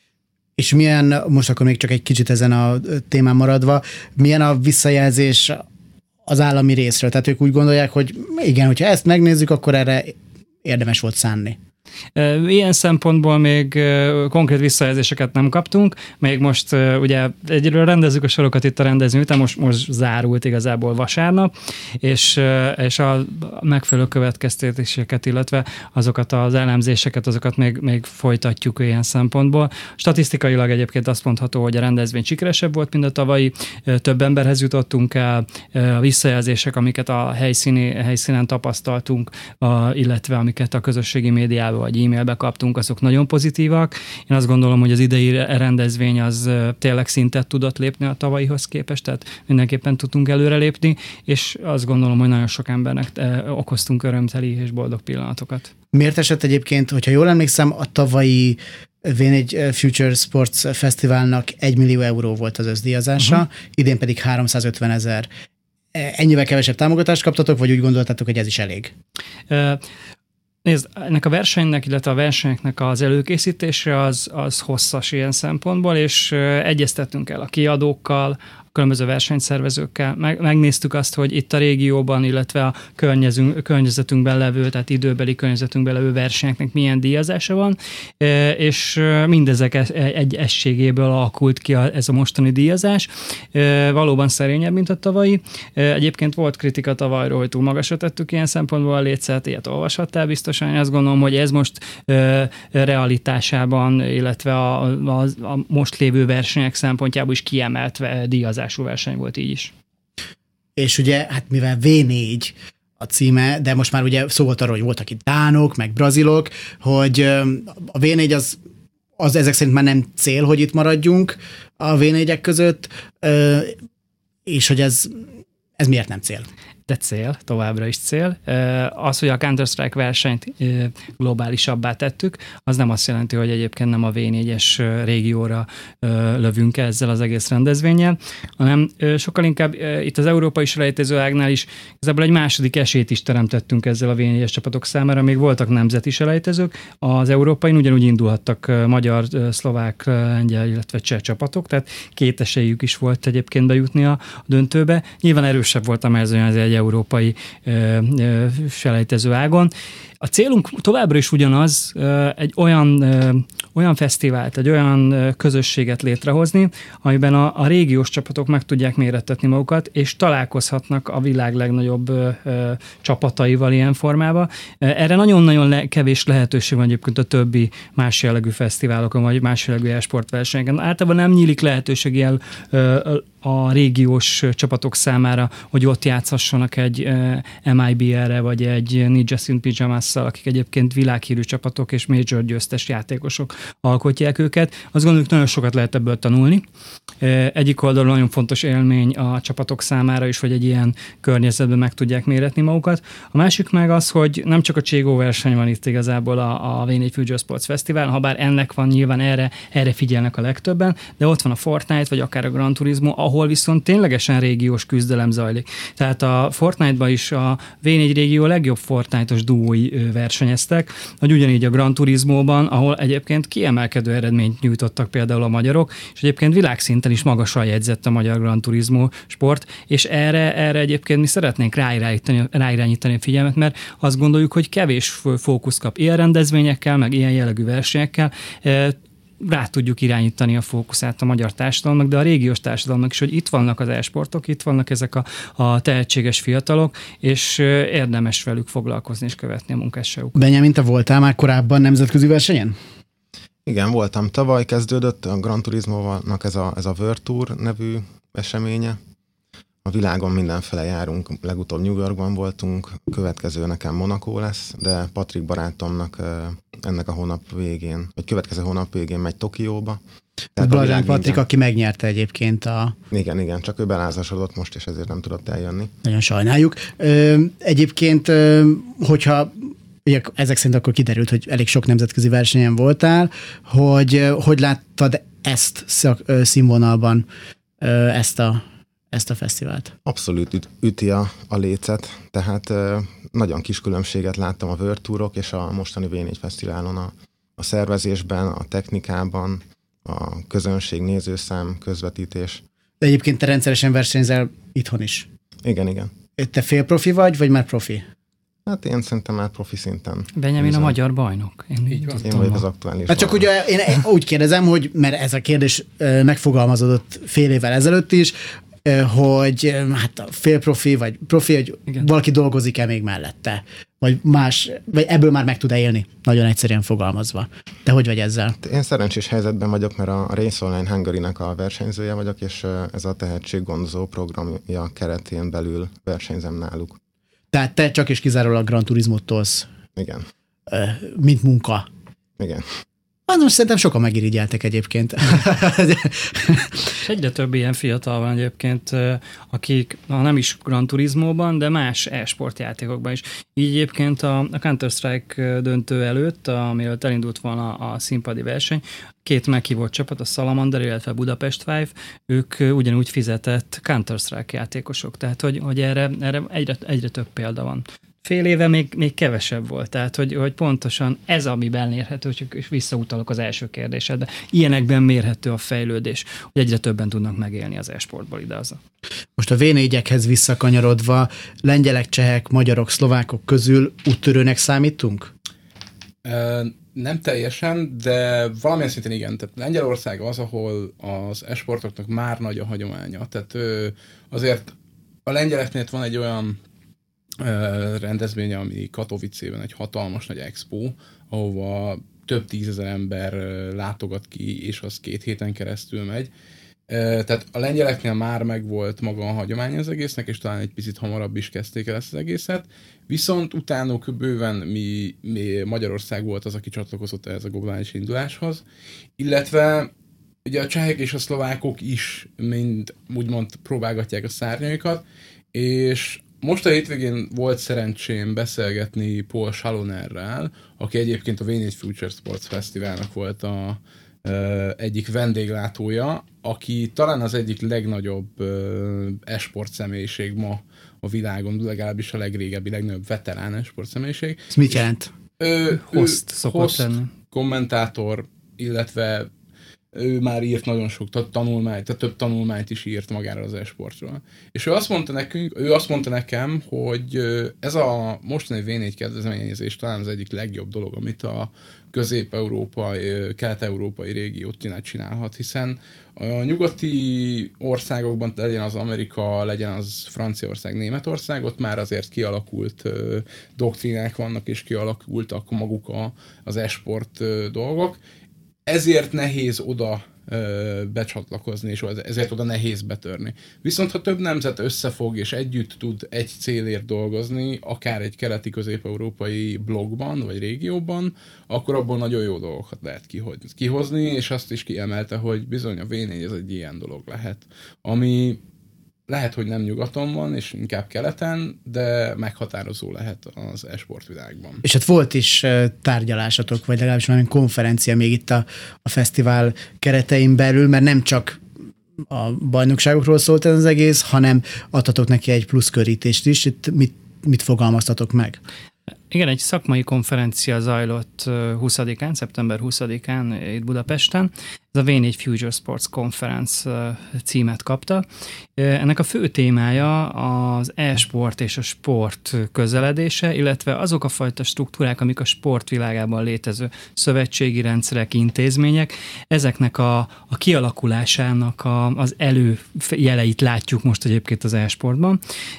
És milyen, most akkor még csak egy kicsit ezen a témán maradva, milyen a visszajelzés az állami részről? Tehát ők úgy gondolják, hogy igen, hogyha ezt megnézzük, akkor erre érdemes volt szánni. Ilyen szempontból még konkrét visszajelzéseket nem kaptunk, még most ugye egyről rendezzük a sorokat itt a rendezvény után, most, most zárult igazából vasárnap, és, és a megfelelő következtetéseket, illetve azokat az elemzéseket, azokat még, még folytatjuk ilyen szempontból. Statisztikailag egyébként azt mondható, hogy a rendezvény sikeresebb volt, mint a tavalyi, több emberhez jutottunk el, a visszajelzések, amiket a helyszíni, helyszínen tapasztaltunk, illetve amiket a közösségi médiában vagy e-mailbe kaptunk, azok nagyon pozitívak. Én azt gondolom, hogy az idei rendezvény az tényleg szintet tudott lépni a tavalyihoz képest, tehát mindenképpen tudtunk előrelépni, és azt gondolom, hogy nagyon sok embernek okoztunk örömteli és boldog pillanatokat. Miért esett egyébként, hogyha jól emlékszem, a tavalyi vé négy Future Sports Fesztiválnak egy millió euró volt az összdíjazása, uh-huh. idén pedig háromszázötven ezer. Ennyivel kevesebb támogatást kaptatok, vagy úgy gondoltátok, hogy ez is elég? Uh, Nézd, ennek a versenynek, illetve a versenyeknek az előkészítése az, az hosszas ilyen szempontból, és egyeztettünk el a kiadókkal, különböző versenyszervezőkkel. Meg, megnéztük azt, hogy itt a régióban, illetve a környezetünkben levő, tehát időbeli környezetünkben levő versenyeknek milyen díjazása van, és mindezek egy egységéből alakult ki ez a mostani díjazás. Valóban szerényebb, mint a tavalyi. Egyébként volt kritika tavalyról, hogy túl magasra tettük ilyen szempontból a létszert, ilyet olvashattál biztosan. Én azt gondolom, hogy ez most realitásában, illetve a, a, a most lévő versenyek szempontjából is kiemelt díjazású verseny volt így is. És ugye, hát mivel vé négy a címe, de most már ugye szó volt arról, hogy voltak itt dánok, meg brazilok, hogy a vé négy az, az ezek szerint már nem cél, hogy itt maradjunk a vé négyek között, és hogy ez, ez miért nem cél? De cél, továbbra is cél. Az, hogy a Counter-Strike versenyt globálisabbá tettük, az nem azt jelenti, hogy egyébként nem a vé négyes régióra lövünk ezzel az egész rendezvénnyel, hanem sokkal inkább itt az európai selejtezőágnál is igazából egy második esélyt is teremtettünk ezzel a vé négyes csapatok számára. Még voltak nemzeti selejtezők, az európain ugyanúgy indulhattak magyar, szlovák, lengyel, illetve cseh csapatok, tehát két esélyük is volt egyébként bejutni a döntőbe. Nyilván erősebb volt a mezőny az egy európai ö, ö, selejtező ágon. A célunk továbbra is ugyanaz, egy olyan, olyan fesztivált, egy olyan közösséget létrehozni, amiben a, a régiós csapatok meg tudják mérettetni magukat, és találkozhatnak a világ legnagyobb ö, ö, csapataival ilyen formában. Erre nagyon-nagyon le, kevés lehetőség van egyébként a többi más jellegű fesztiválokon, vagy más jellegű e-sportversenyeken. Általában nem nyílik lehetőség el ö, a régiós csapatok számára, hogy ott játszhassanak egy em i bé er-re, vagy egy Ninjas in Pyjamasszal, akik egyébként világhírű csapatok és major győztes játékosok alkotják őket. Azt gondoljuk, nagyon sokat lehet ebből tanulni. Egyik oldalon nagyon fontos élmény a csapatok számára is, hogy egy ilyen környezetben meg tudják méretni magukat. A másik meg az, hogy nem csak a Cségó verseny van itt igazából a, a vé négy Future Sports Fesztivál, ha bár ennek van nyilván erre, erre figyelnek a legtöbben, de ott van a Fortnite, vagy akár a Gran Turismo, ahol viszont ténylegesen régiós küzdelem zajlik. Tehát a Fortnite-ban is a vé négy régió legjobb Fortnite-os duói versenyeztek, vagy ugyanígy a Gran Turismo-ban, ahol egyébként kiemelkedő eredményt nyújtottak például a magyarok, és egyébként világszinten is magasan jegyzett a magyar Gran Turismo sport, és erre, erre egyébként mi szeretnénk ráirányítani, ráirányítani a figyelmet, mert azt gondoljuk, hogy kevés fókusz kap ilyen rendezvényekkel, meg ilyen jellegű versenyekkel, rá tudjuk irányítani a fókuszát a magyar társadalomnak, de a régiós társadalomnak is, hogy itt vannak az e-sportok, itt vannak ezek a, a tehetséges fiatalok, és érdemes velük foglalkozni és követni a munkásságukat. Benjamin, te voltál már korábban nemzetközi versenyen? Igen, voltam. Tavaly kezdődött a Gran Turismo-nak ez a, ez a World Tour nevű eseménye. A világon mindenfele járunk, legutóbb New Yorkban voltunk, következő nekem Monaco lesz, de Patrik barátomnak ennek a hónap végén, vagy következő hónap végén megy Tokióba. Blazsányi Patrik, minden... aki megnyerte egyébként a... Igen, igen, csak ő belázasodott most, és ezért nem tudott eljönni. Nagyon sajnáljuk. Ö, egyébként, ö, hogyha ugye, ezek szerint akkor kiderült, hogy elég sok nemzetközi versenyen voltál, hogy hogy láttad ezt szak, ö, színvonalban, ö, ezt a ezt a fesztivált? Abszolút üt, üti a, a lécet, tehát ö, nagyon kis különbséget láttam a World Tourok és a mostani vé négy Fesztiválon a, a szervezésben, a technikában, a közönség, nézőszám, közvetítés. De egyébként te rendszeresen versenyzel itthon is? Igen, igen. Te félprofi vagy, vagy már profi? Hát én szerintem már profi szinten. Benjamin a magyar bajnok. Én, így van. Én vagyok az aktuális. Hát csak ugye én úgy kérdezem, hogy, mert ez a kérdés megfogalmazódott fél évvel ezelőtt is, hogy hát félprofi, vagy profi, hogy igen, valaki dolgozik-e még mellette, vagy más, vagy ebből már meg tud-e élni, nagyon egyszerűen fogalmazva. Te hogy vagy ezzel? Én szerencsés helyzetben vagyok, mert a Race Online Hungary-nek a versenyzője vagyok, és ez a tehetséggondozó programja keretén belül versenyzem náluk. Tehát te csak és kizárólag Gran Turismót tolsz. Igen. Mint munka. Igen. Hát most szerintem sokan megirigyeltek egyébként. És egyre több ilyen fiatal van egyébként, akik ha nem is Gran Turismóban, de más e-sport játékokban is. Így egyébként a, a Counter-Strike döntő előtt, amiről elindult volna a színpadi verseny, két meghívott csapat, a Salamander, illetve Budapest Five, ők ugyanúgy fizetett Counter-Strike játékosok. Tehát, hogy, hogy erre, erre egyre, egyre több példa van. Fél éve még, még kevesebb volt, tehát hogy, hogy pontosan ez, amiben mérhető, és visszautalok az első kérdésedbe, ilyenekben mérhető a fejlődés, hogy egyre többen tudnak megélni az e-sportból idehaza. Most a vé négyekhez visszakanyarodva, lengyelek, csehek, magyarok, szlovákok közül úttörőnek számítunk? Uh, nem teljesen, de valamilyen szinten igen. Tehát Lengyelország az, ahol az e-sportoknak már nagy a hagyománya. Tehát uh, azért a lengyeleknél van egy olyan rendezvény, ami Katowicében egy hatalmas nagy expo, ahova több tízezer ember látogat ki, és az két héten keresztül megy. Tehát a lengyeleknél már megvolt maga a hagyomány az egésznek, és talán egy picit hamarabb is kezdték el ezt az egészet. Viszont utánuk bőven mi, mi Magyarország volt az, aki csatlakozott ehhez a globális induláshoz, illetve ugye a csehek és a szlovákok is mind úgymond próbálgatják a szárnyaikat, és most a hétvégén volt szerencsém beszélgetni Paul Schalonerrel, aki egyébként a vé négy Future Sports Fesztiválnak volt a ö, egyik vendéglátója, aki talán az egyik legnagyobb ö, e-sport személyiség ma a világon, legalábbis a legrégebbi, legnagyobb veterán e-sport személyiség. Ez mit jelent? Ö, host szokott host, lenni. Kommentátor, illetve ő már írt nagyon sok tanulmányt, tehát több tanulmányt is írt magára az e-sportról. És ő azt mondta nekünk, ő azt mondta nekem, hogy ez a mostani vé négy kezdeményezés talán az egyik legjobb dolog, amit a közép-európai, kelet-európai régió csinálhat, hiszen a nyugati országokban, legyen az Amerika, legyen az Franciaország, Németország, ott már azért kialakult doktrínák vannak, és kialakultak maguk a, az e-sport dolgok. Ezért nehéz oda ö, becsatlakozni, és ezért oda nehéz betörni. Viszont ha több nemzet összefog, és együtt tud egy célért dolgozni, akár egy keleti-közép-európai blogban, vagy régióban, akkor abból nagyon jó dolgokat lehet kihozni, és azt is kiemelte, hogy bizony a vé négy ez egy ilyen dolog lehet, ami lehet, hogy nem nyugaton van, és inkább keleten, de meghatározó lehet az e-sport világban. És hát volt is tárgyalásatok, vagy legalábbis valami konferencia még itt a, a fesztivál keretein belül, mert nem csak a bajnokságokról szólt ez az egész, hanem adtatok neki egy pluszkörítést is. Itt mit, mit fogalmaztatok meg? Igen, egy szakmai konferencia zajlott huszadikán, szeptember huszadikán itt Budapesten. Ez a vé négy Future Sports Conference címet kapta. Ennek a fő témája az e-sport és a sport közeledése, illetve azok a fajta struktúrák, amik a sportvilágában létező szövetségi rendszerek, intézmények, ezeknek a, a kialakulásának a, az előjeleit látjuk most egyébként az e-sportban.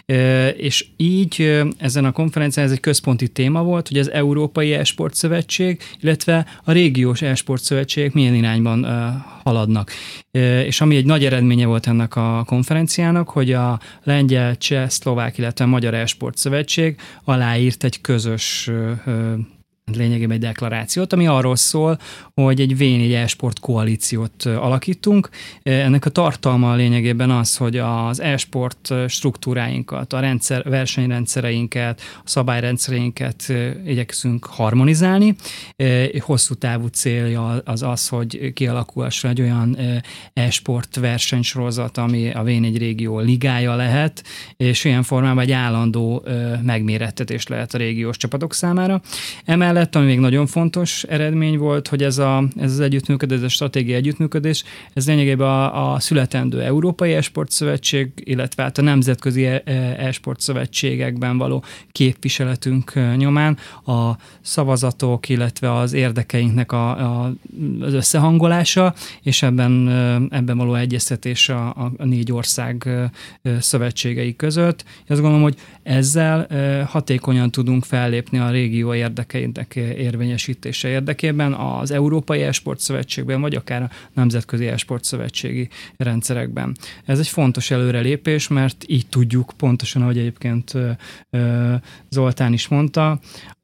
És így ezen a konferencián ez egy központi téma volt, hogy az Európai E-sport Szövetség, illetve a régiós e-sport szövetségek milyen irányban uh, haladnak. Uh, és ami egy nagy eredménye volt ennek a konferenciának, hogy a lengyel, cseh, szlovák, illetve a magyar e-sport szövetség aláírt egy közös uh, lényegében egy deklarációt, ami arról szól, hogy egy vé négy e-sport koalíciót alakítunk. Ennek a tartalma lényegében az, hogy az e-sport struktúráinkat, a rendszer, versenyrendszereinket, a szabályrendszereinket igyekszünk harmonizálni. Hosszú távú célja az az, hogy kialakulhasson egy olyan e-sport versenysorozat, ami a vé négy régió ligája lehet, és ilyen formában egy állandó megmérettetés lehet a régiós csapatok számára. Emellett, ami még nagyon fontos eredmény volt, hogy ez, a, ez az együttműködés, ez a stratégiai együttműködés, ez lényegében a, a születendő Európai E-sport Szövetség, illetve hát a nemzetközi e-sport szövetségekben való képviseletünk nyomán a szavazatok, illetve az érdekeinknek a, a, az összehangolása, és ebben, ebben való egyeztetés a, a, a négy ország szövetségei között. Azt gondolom, hogy ezzel hatékonyan tudunk fellépni a régió érdekeit érdek érvényesítése érdekében az Európai E-sport Szövetségben, vagy akár a Nemzetközi E-sport Szövetségi rendszerekben. Ez egy fontos előrelépés, mert így tudjuk pontosan, ahogy egyébként Zoltán is mondta,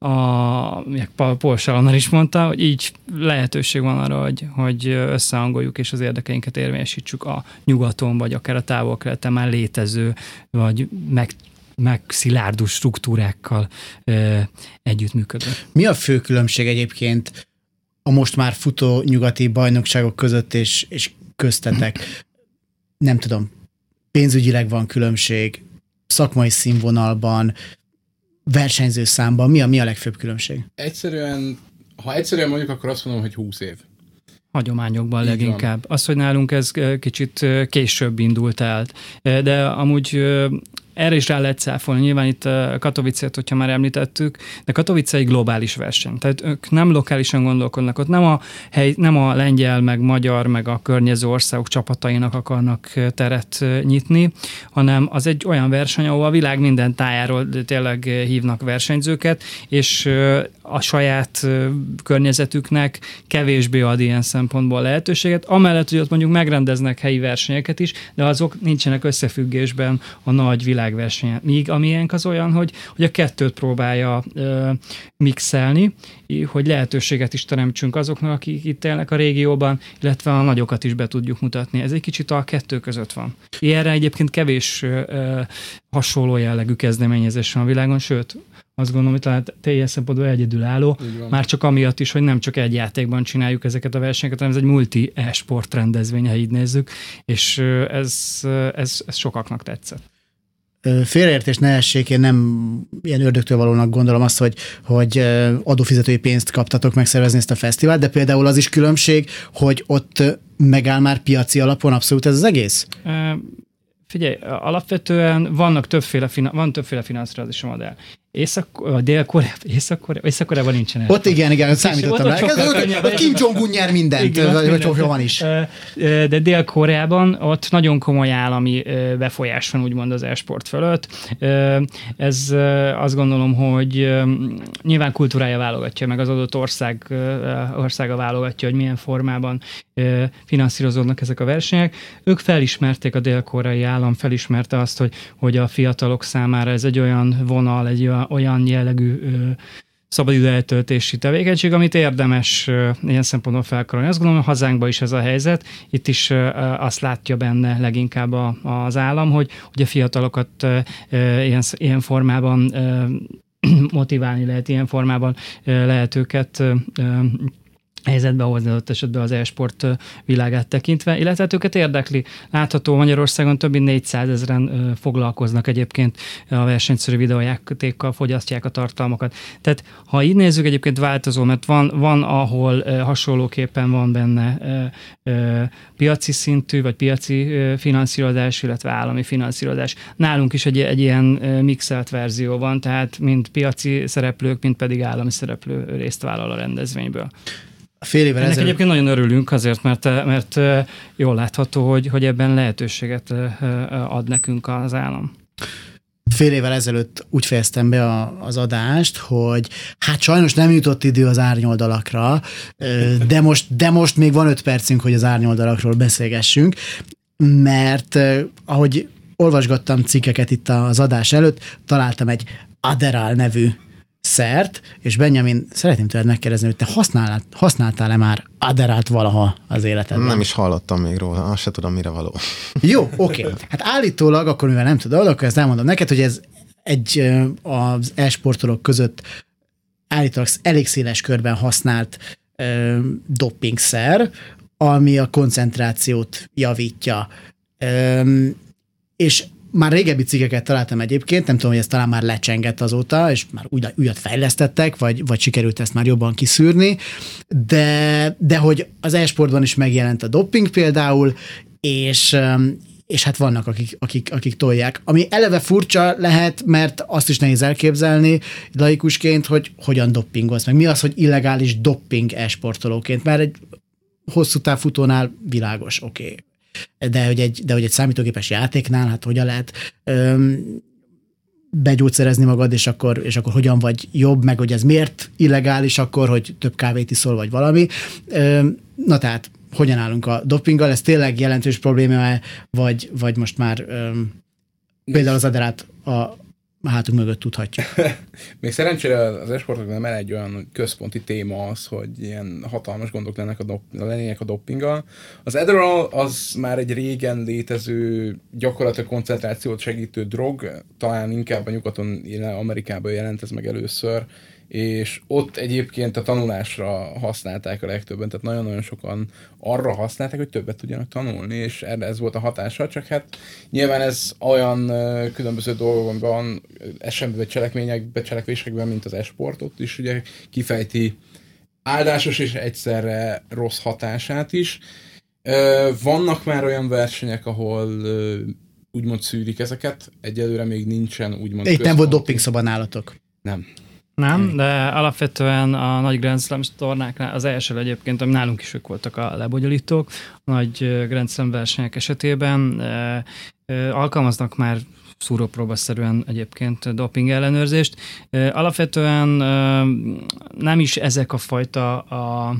a, meg Paul Salonnal is mondta, hogy így lehetőség van arra, hogy, hogy összehangoljuk és az érdekeinket érvényesítsük a nyugaton, vagy akár a távol-keleten már létező, vagy meg meg szilárd struktúrákkal ö, együttműködve. Mi a fő különbség egyébként a most már futó nyugati bajnokságok között és, és köztetek? Nem tudom, pénzügyileg van különbség, szakmai színvonalban, versenyző számban, mi a, mi a legfőbb különbség? Egyszerűen, ha egyszerűen mondjuk, akkor azt mondom, hogy húsz év. Hagyományokban így leginkább. Van. Az, hogy nálunk ez kicsit később indult el, de amúgy erre is rá lehet cáfolni. Nyilván itt Katowicét, hogyha már említettük, de Katowice egy globális verseny. Tehát ők nem lokálisan gondolkodnak, ott nem a, hely, nem a lengyel, meg magyar, meg a környező országok csapatainak akarnak teret nyitni, hanem az egy olyan verseny, ahol a világ minden tájáról tényleg hívnak versenyzőket, és a saját környezetüknek kevésbé ad ilyen szempontból lehetőséget. Amellett, hogy ott mondjuk megrendeznek helyi versenyeket is, de azok nincsenek összefüggésben a nagy világversenyen. Míg amilyenk az olyan, hogy, hogy a kettőt próbálja ö, mixelni, hogy lehetőséget is teremtsünk azoknak, akik itt élnek a régióban, illetve a nagyokat is be tudjuk mutatni. Ez egy kicsit a kettő között van. Ilyenre egyébként kevés ö, hasonló jellegű kezdeményezés van a világon, sőt, azt gondolom, hogy talán teljes szempontból egyedülálló, már csak amiatt is, hogy nem csak egy játékban csináljuk ezeket a versenyeket, hanem ez egy multi e-sport rendezvény, ha így nézzük, és ez, ez, ez sokaknak tetszett. Félreértés ne essék, én nem ilyen ördögtől valónak gondolom azt, hogy, hogy adófizetői pénzt kaptatok megszervezni ezt a fesztivált, de például az is különbség, hogy ott megáll már piaci alapon abszolút ez az egész? Figyelj, alapvetően vannak többféle, van többféle finanszírozási modell. Észak, Dél-Korea, Észak-Korea, Észak-Koreában nincsen. Ott igen, igen, számítottam rá. Ott Kim Jong-un nyer mindent, igen, vagy, vagy hogy van is. De Dél-Koreában ott nagyon komoly állami befolyás van, úgymond az e-sport fölött. Ez azt gondolom, hogy nyilván kultúrája válogatja, meg az adott ország, országa válogatja, hogy milyen formában finanszírozódnak ezek a versenyek. Ők felismerték, a dél-koreai állam felismerte azt, hogy, hogy a fiatalok számára ez egy olyan vonal, egy olyan olyan jellegű ö, szabadidő eltöltési tevékenység, amit érdemes ö, ilyen szempontból felkarolni. Azt gondolom, hogy hazánkban is ez a helyzet. Itt is ö, azt látja benne leginkább a, az állam, hogy, hogy a fiatalokat ö, ilyen, ilyen formában ö, motiválni lehet, ilyen formában ö, lehet őket ö, helyzetbe hozni adott esetben az e-sport világát tekintve, illetve őket érdekli. Látható, Magyarországon több mint négyszázezren foglalkoznak egyébként a versenyszerű videójátékkal, fogyasztják a tartalmakat. Tehát ha így nézzük, egyébként változó, mert van, van ahol hasonlóképpen van benne piaci szintű, vagy piaci finanszírozás, illetve állami finanszírozás. Nálunk is egy, egy ilyen mixelt verzió van, tehát mind piaci szereplők, mind pedig állami szereplő részt vállal a rendezvényből. Fél évvel Ennek ezelőtt... egyébként nagyon örülünk azért, mert, mert jól látható, hogy, hogy ebben lehetőséget ad nekünk az állam. Fél évvel ezelőtt úgy fejeztem be a, az adást, hogy hát sajnos nem jutott idő az árnyoldalakra, de most, de most még van öt percünk, hogy az árnyoldalakról beszélgessünk, mert ahogy olvasgattam cikkeket itt az adás előtt, találtam egy Adderall nevű szert, és Benjamin, szeretném tőled megkérdezni, hogy te használ, használtál-e már Adderallt valaha az életedben? Nem is hallottam még róla, azt se tudom, mire való. Jó, oké. Okay. Hát állítólag, akkor mivel nem tudod, akkor ezt elmondom neked, hogy ez egy az e-sportolók között állítólag elég széles körben használt ö, dopingszer, ami a koncentrációt javítja. Ö, és már régebbi cikkeket találtam egyébként, nem tudom, hogy ez talán már lecsengett azóta, és már úgy, újat fejlesztettek, vagy, vagy sikerült ezt már jobban kiszűrni, de, de hogy az e-sportban is megjelent a doping például, és, és hát vannak, akik, akik, akik tolják. Ami eleve furcsa lehet, mert azt is nehéz elképzelni laikusként, hogy hogyan dopingolsz, meg mi az, hogy illegális doping e-sportolóként, mert egy hosszú távfutónál világos, oké. Okay. De hogy, egy, de hogy egy számítógépes játéknál, hát hogyan lehet? Öm, begyógyszerezni magad, és akkor, és akkor hogyan vagy jobb, meg hogy ez miért illegális akkor, hogy több kávét iszol, vagy valami. Na tehát, hogyan állunk a dopinggal? Ez tényleg jelentős probléma, vagy, vagy most már például az aderát a hátunk mögött tudhatjuk. Még szerencsére az esportoknál nem egy olyan központi téma az, hogy ilyen hatalmas gondok lennek a, dop, lennének a doppinggal. Az Adderall az már egy régen létező, gyakorlatilag koncentrációt segítő drog, talán inkább a nyugaton, Amerikában jelent ez meg először, és ott egyébként a tanulásra használták a legtöbben, tehát nagyon-nagyon sokan arra használták, hogy többet tudjanak tanulni, és erre ez volt a hatása, csak hát nyilván ez olyan különböző dolgokban, esemben, cselekményekben, cselekvésekben, mint az e-sport, ott is ugye kifejti áldásos és egyszerre rossz hatását is. Vannak már olyan versenyek, ahol úgymond szűrik ezeket, egyelőre még nincsen úgymond Itt nem volt doping nálatok? Nem. Nem, de alapvetően a nagy Grand Slam tornáknál az első egyébként, ami nálunk is ők voltak a lebonyolítók, a nagy Grand Slam versenyek esetében e, e, alkalmaznak már szúrópróbaszerűen egyébként doping ellenőrzést. E, alapvetően e, nem is ezek a fajta a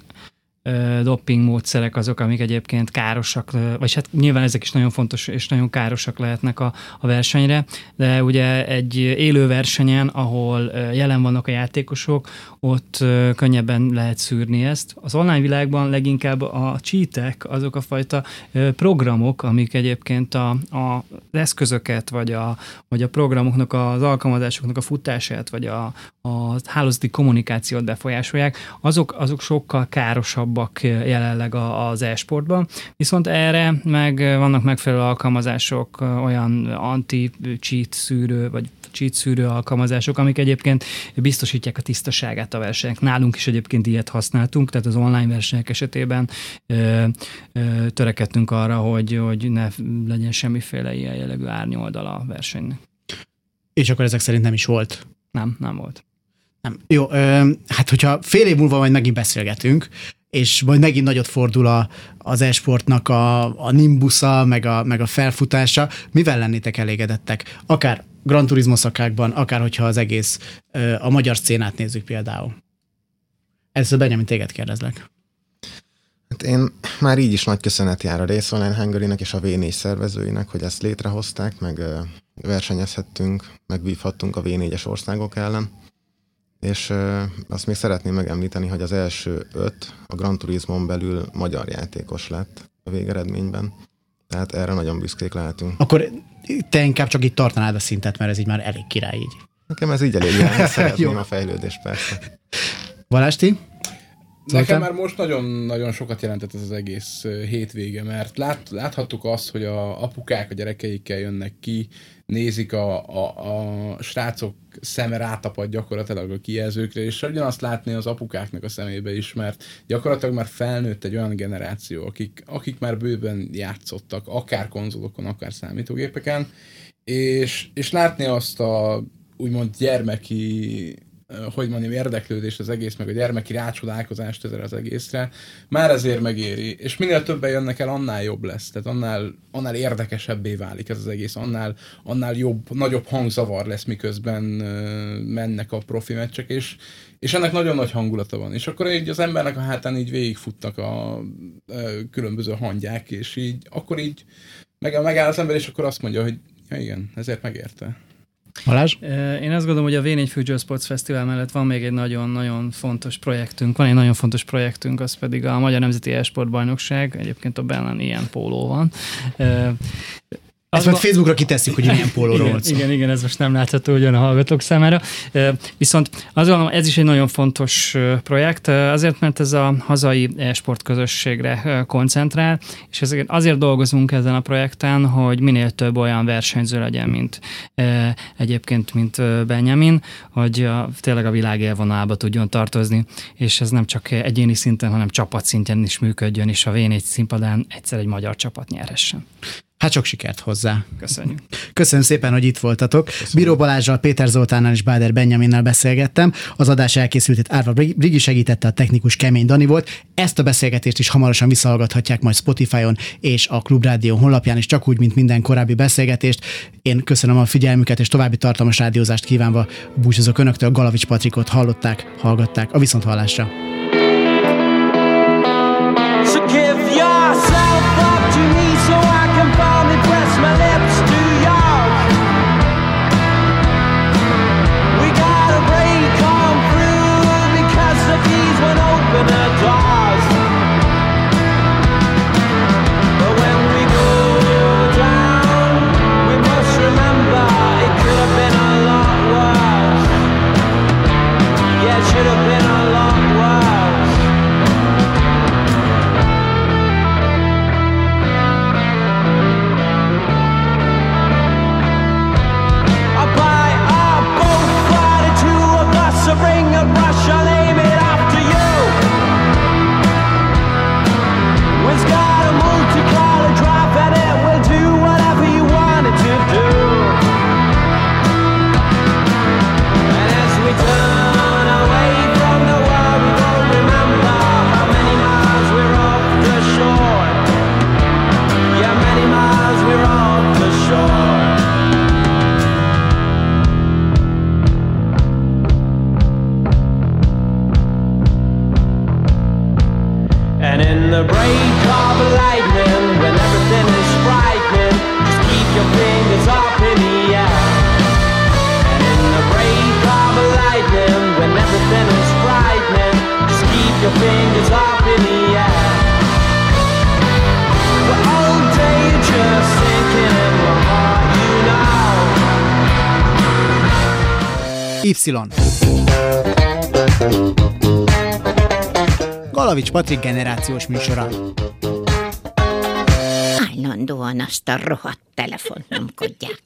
doping módszerek azok, amik egyébként károsak, vagy hát nyilván ezek is nagyon fontos és nagyon károsak lehetnek a, a versenyre, de ugye egy élő versenyen, ahol jelen vannak a játékosok, ott könnyebben lehet szűrni ezt. Az online világban leginkább a cheatek, azok a fajta programok, amik egyébként a, a, az eszközöket, vagy a, vagy a programoknak, az alkalmazásoknak a futását, vagy a, a hálózati kommunikációt befolyásolják, azok, azok sokkal károsabb jelenleg az e-sportban, viszont erre meg vannak megfelelő alkalmazások, olyan anti-cheat szűrő, vagy cheat szűrő alkalmazások, amik egyébként biztosítják a tisztaságát a versenyek. Nálunk is egyébként ilyet használtunk, tehát az online versenyek esetében ö, ö, törekedtünk arra, hogy, hogy ne legyen semmiféle ilyen jellegű árnyoldala a versenynek. És akkor ezek szerint nem is volt? Nem, nem volt. Nem. Jó, ö, hát hogyha fél év múlva majd megint beszélgetünk, és majd megint nagyot fordul a, az e-sportnak a, a nimbusza, meg a, meg a felfutása, mivel lennétek elégedettek? Akár Gran Turismo szakákban, akár hogyha az egész, a magyar szcénát nézzük például. Először Benjamin, téged kérdezlek. Hát én már így is nagy köszönet jár a Race Online Hungary-nek és a vé négy szervezőinek, hogy ezt létrehozták, meg versenyezhettünk, megvívhattunk a vé négyes országok ellen. És ö, azt még szeretném megemlíteni, hogy az első öt a Gran Turismon belül magyar játékos lett a végeredményben. Tehát erre nagyon büszkék lehetünk. Akkor te inkább csak itt tartanád a szintet, mert ez így már elég király így. Nekem ez így elég jár, szeretném a fejlődést persze. Balázs, ti? Nekem már most nagyon-nagyon sokat jelentett ez az egész hétvége, mert lát, láthattuk azt, hogy a apukák a gyerekeikkel jönnek ki, nézik a, a, a srácok szeme rátapad gyakorlatilag a kijelzőkre, és ugyanazt látni az apukáknak a szemébe is, mert gyakorlatilag már felnőtt egy olyan generáció, akik, akik már bőven játszottak, akár konzolokon, akár számítógépeken, és, és látni azt a úgymond gyermeki, hogy mondjam, érdeklődés az egész, meg a gyermeki rácsodálkozást ezzel az egészre, már ezért megéri. És minél többen jönnek el, annál jobb lesz. Tehát annál, annál érdekesebbé válik ez az egész, annál, annál jobb, nagyobb hangzavar lesz, miközben uh, mennek a profi meccsek, és, és ennek nagyon nagy hangulata van. És akkor így az embernek a hátán így végigfutnak a uh, különböző hangyák, és így akkor így meg, megáll az ember, és akkor azt mondja, hogy ja igen, ezért megérte. Balázs? Én azt gondolom, hogy a vé négy Future Sports Festival mellett van még egy nagyon-nagyon fontos projektünk. Van egy nagyon fontos projektünk, az pedig a Magyar Nemzeti E-sport Bajnokság. Egyébként a bellen ilyen póló van. Ezt majd Facebookra kitesszük, hogy ilyen pólóról volt szó. Igen, igen, ez most nem látható ugyan a hallgatók számára. Viszont azt gondolom, ez is egy nagyon fontos projekt, azért, mert ez a hazai e-sport közösségre koncentrál, és azért dolgozunk ezen a projekten, hogy minél több olyan versenyző legyen, mint egyébként, mint Benjamin, hogy a, tényleg a világ élvonalába tudjon tartozni, és ez nem csak egyéni szinten, hanem csapat szinten is működjön, és a vé négy színpadán egyszer egy magyar csapat nyerhessen. Hát Hát sok sikert hozzá. Köszönjük. Köszönöm szépen, hogy itt voltatok. Köszönjük. Bíró Balázsral, Péter Zoltánnal és Báder Benjaminnal beszélgettem. Az adás elkészültét Árva Brigi segítette, a technikus Kemény Dani volt. Ezt a beszélgetést is hamarosan visszahallgathatják majd Spotify-on és a Klubrádió honlapján is, csak úgy, mint minden korábbi beszélgetést. Én köszönöm a figyelmüket, és további tartalmas rádiózást kívánva búcsúzok önöktől. Galavics Patrikot hallották, hallgatták. A viszonthallásra. So give yourself up to me so I can fondly press my lips to yours. We gotta break on through because the keys won't open the doors. But when we go down, we must remember it could have been a lot worse. Yeah, it should have been a lot worse. So bring a brush, I'll aim it after you. It's got a multicolor drop and it will do whatever you want it to do. And as we turn away from the world, we won't remember how many miles we're off the shore. Yeah, many miles we're off the shore. And in the break of lightning, when everything is frightening, just keep your fingers up in the air. And in the break of lightning, when everything is frightening, just keep your fingers up in the air. Well, old danger sinking in my heart, you know. Y. Galavics Patrik generációs műsora. Állandóan azt a rohadt telefont nyomkodják.